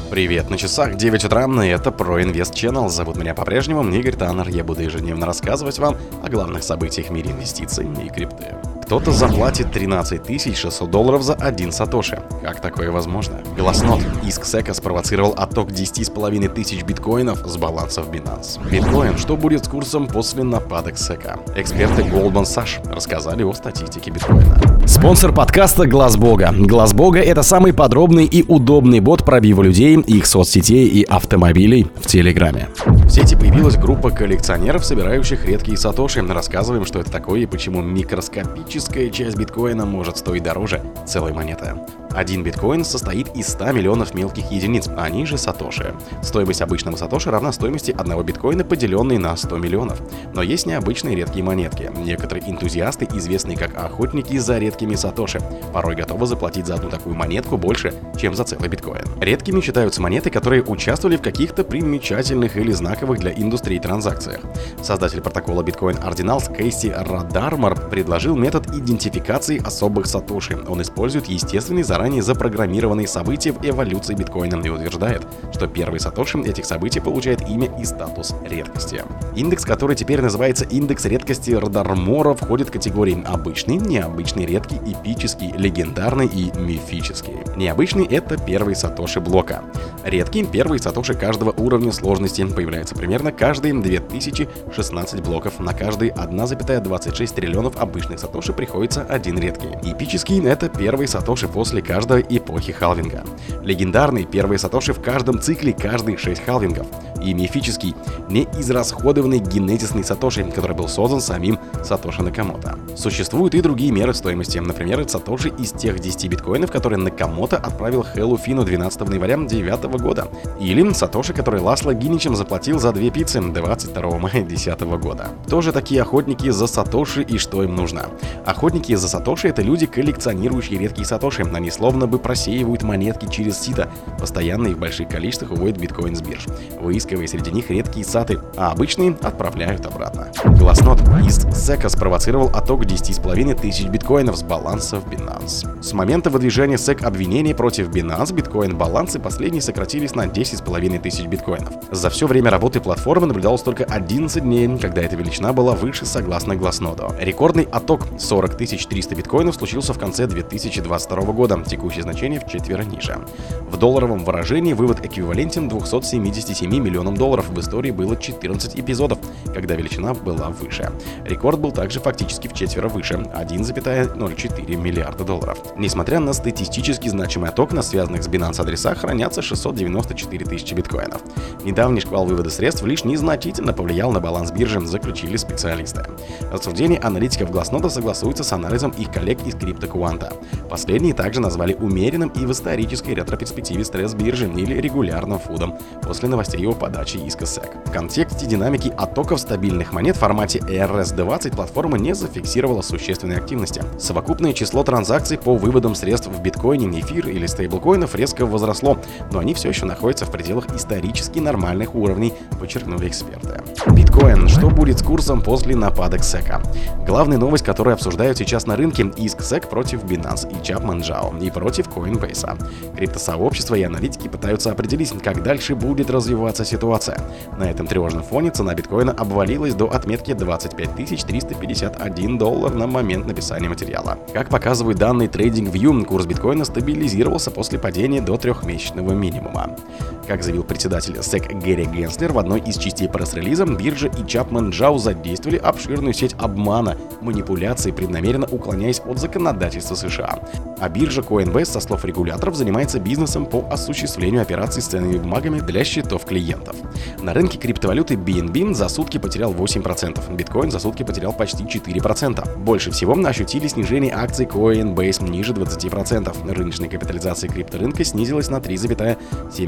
Привет, на часах 9 утра, и это ProInvest Channel. Зовут меня по-прежнему Игорь Таннер. Я буду ежедневно рассказывать вам о главных событиях в мире инвестиций и крипты. Кто-то заплатит $13 600 за один сатоши. Как такое возможно? Glassnode. Иск SEC спровоцировал отток 10,5 тысяч биткоинов с балансов Binance. Биткоин. Что будет с курсом после нападок SEC? Эксперты Goldman Sachs рассказали о статистике биткоина. Спонсор подкаста Глазбога. Глазбога — это самый подробный и удобный бот пробива людей, их соцсетей и автомобилей в Телеграме. В сети появилась группа коллекционеров, собирающих редкие сатоши. Рассказываем, что это такое и почему микроскопическая часть биткоина может стоить дороже целой монеты. Один биткоин состоит из 100 миллионов мелких единиц, они же сатоши. Стоимость обычного сатоши равна стоимости одного биткоина, поделенной на 100 миллионов. Но есть необычные редкие монетки. Некоторые энтузиасты, известные как охотники за редкими сатоши, порой готовы заплатить за одну такую монетку больше, чем за целый биткоин. Редкими считаются монеты, которые участвовали в каких-то примечательных или знаковых для индустрии транзакциях. Создатель протокола Bitcoin Ordinals Кейси Радармор предложил метод идентификации особых сатоши. Он использует естественный заранее запрограммированные события в эволюции биткоина и утверждает, что первый сатоши этих событий получает имя и статус редкости. Индекс, который теперь называется индекс редкости Радармора, входит в категории обычный, необычный, редкий, эпический, легендарный и мифический. Необычный — это первый сатоши блока. Редкий — первый сатоши каждого уровня сложности, появляется примерно каждые 2016 блоков. На каждые 1,26 триллионов обычных сатоши приходится один редкий. Эпический — это первый сатоши после каждой эпохи халвинга. Легендарный — первый сатоши в каждом цикле каждые 6 халвингов. И мифический — неизрасходованный генетисный сатоши, который был создан самим Сатоши Накамото. Существуют и другие меры стоимости, например, сатоши из тех 10 биткоинов, которые Накамото отправил Хэллу Фину 12 января 2009 года. Или сатоши, который Ласло Гиничем заплатил за 2 пиццы 22 мая 2010 года. Кто же такие охотники за сатоши и что им нужно? Охотники за сатоши — это люди, коллекционирующие редкие сатоши. Они словно бы просеивают монетки через сито, постоянно и в больших количествах уводят биткоин с бирж, выискивая среди них редкие саты, а обычные отправляют обратно. Glassnode. Иск SEC спровоцировал отток 10,5 тысяч биткоинов с балансов Binance. С момента выдвижения SEC обвинений против Binance биткоин-балансы последние сократились на 10,5 тысяч биткоинов. За все время работы платформы наблюдалось только 11 дней, когда эта величина была выше согласно Glassnode. Рекордный отток 40 300 биткоинов случился в конце 2022 года, текущее значение вчетверо ниже. В долларовом выражении вывод эквивалентен 277 миллионам долларов. В истории было 14 эпизодов, когда величина была выше. Рекорд был также фактически вчетверо выше — 1,04 миллиарда долларов. Несмотря на статистически значимый отток, на связанных с Binance адресах хранятся 694 тысячи биткоинов. Недавний шквал вывода средств лишь незначительно повлиял на баланс биржи, заключили специалисты. Рассуждения аналитиков Glassnode согласуются с анализом их коллег из CryptoQuant. Последние также назвали умеренным и в исторической ретроперспективе стресс биржи или регулярным фудом после новостей о подаче иска SEC. В контексте динамики оттоков стабильных монет в формате ERS-20 платформа не зафиксировала существенной активности. Совокупное число транзакций по выводам средств в биткоине, эфир или стейблкоинов резко возросло, но они все еще находятся в пределах исторически нормальных уровней, подчеркнули эксперты. Биткоин. Что будет с курсом после нападок SEC? Главная новость, которую обсуждают сейчас на рынке — иск SEC против Binance и Chapman Zhao и против Coinbase. Криптосообщество и аналитики пытаются определить, как дальше будет развиваться ситуация. На этом тревожном фоне цена биткоина обвалилась до отметки $25 351 на момент написания материала. Как показывают данные TradingView, курс биткоина стабилизировался после падения до трехмесячного минимума. Как заявил председатель SEC Гэри Генслер в одной из частей пресс-релиза, биржа и Chapman Zhao задействовали обширную сеть обмана, манипуляций, преднамеренно уклоняясь от законодательства США. А биржа Coinbase, со слов регуляторов, занимается бизнесом по осуществлению операций с ценными бумагами для счетов клиентов. На рынке криптовалюты BNB за сутки потерял 8%, биткоин за сутки потерял почти 4%. Больше всего ощутили снижение акций Coinbase ниже 20%. Рыночная капитализация крипторынка снизилась на 3,74%.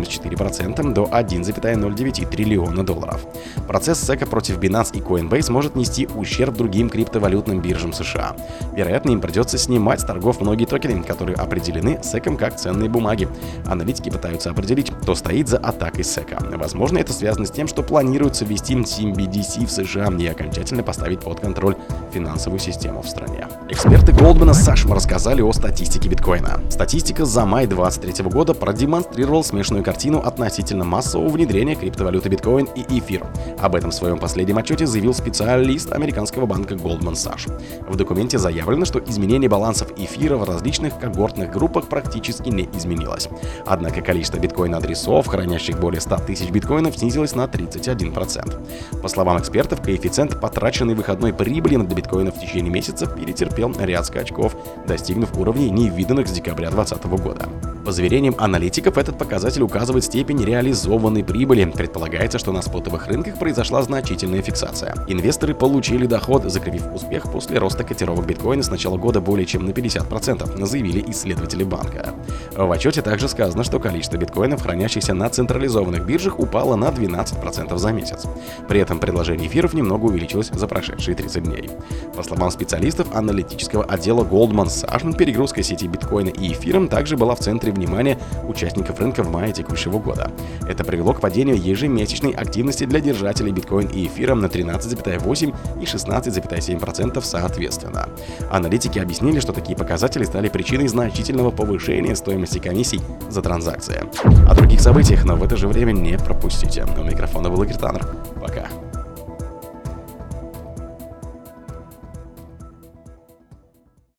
1% до 1,09 триллиона долларов. Процесс SEC против Binance и Coinbase может нести ущерб другим криптовалютным биржам США. Вероятно, им придется снимать с торгов многие токены, которые определены SEC как ценные бумаги. Аналитики пытаются определить, кто стоит за атакой SEC. Возможно, это связано с тем, что планируется ввести CBDC в США и окончательно поставить под контроль финансовую систему в стране. Эксперты Goldman Sachs рассказали о статистике биткоина. Статистика за май 2023 года продемонстрировала смешанную картину относительно массового внедрения криптовалюты биткоин и эфир. Об этом в своем последнем отчете заявил специалист американского банка Goldman Sachs. В документе заявлено, что изменение балансов эфира в различных когортных группах практически не изменилось. Однако количество биткоин-адресов, хранящих более 100 тысяч биткоинов, снизилось на 31%. По словам экспертов, коэффициент потраченной выходной прибыли на биткоина в течение месяца перетерпел ряд скачков, достигнув уровней, невиданных с декабря 2020 года. По заверениям аналитиков, этот показатель указывает степень реализованной прибыли. Предполагается, что на спотовых рынках произошла значительная фиксация. Инвесторы получили доход, закрепив успех после роста котировок биткоина с начала года более чем на 50%, заявили исследователи банка. В отчете также сказано, что количество биткоинов, хранящихся на централизованных биржах, упало на 12% за месяц. При этом предложение эфиров немного увеличилось за прошедшие 30 дней. По словам специалистов аналитического отдела Goldman Sachs, перегрузка сети биткоина и эфиром также была в центре внимания участников рынка в мае текущего года. Это привело к падению ежемесячной активности для держателей биткоин и эфира на 13,8% и 16,7% соответственно. Аналитики объяснили, что такие показатели стали причиной значительного повышения стоимости комиссий за транзакции. О других событиях, но в это же время не пропустите. У микрофона был Игорь Таннер.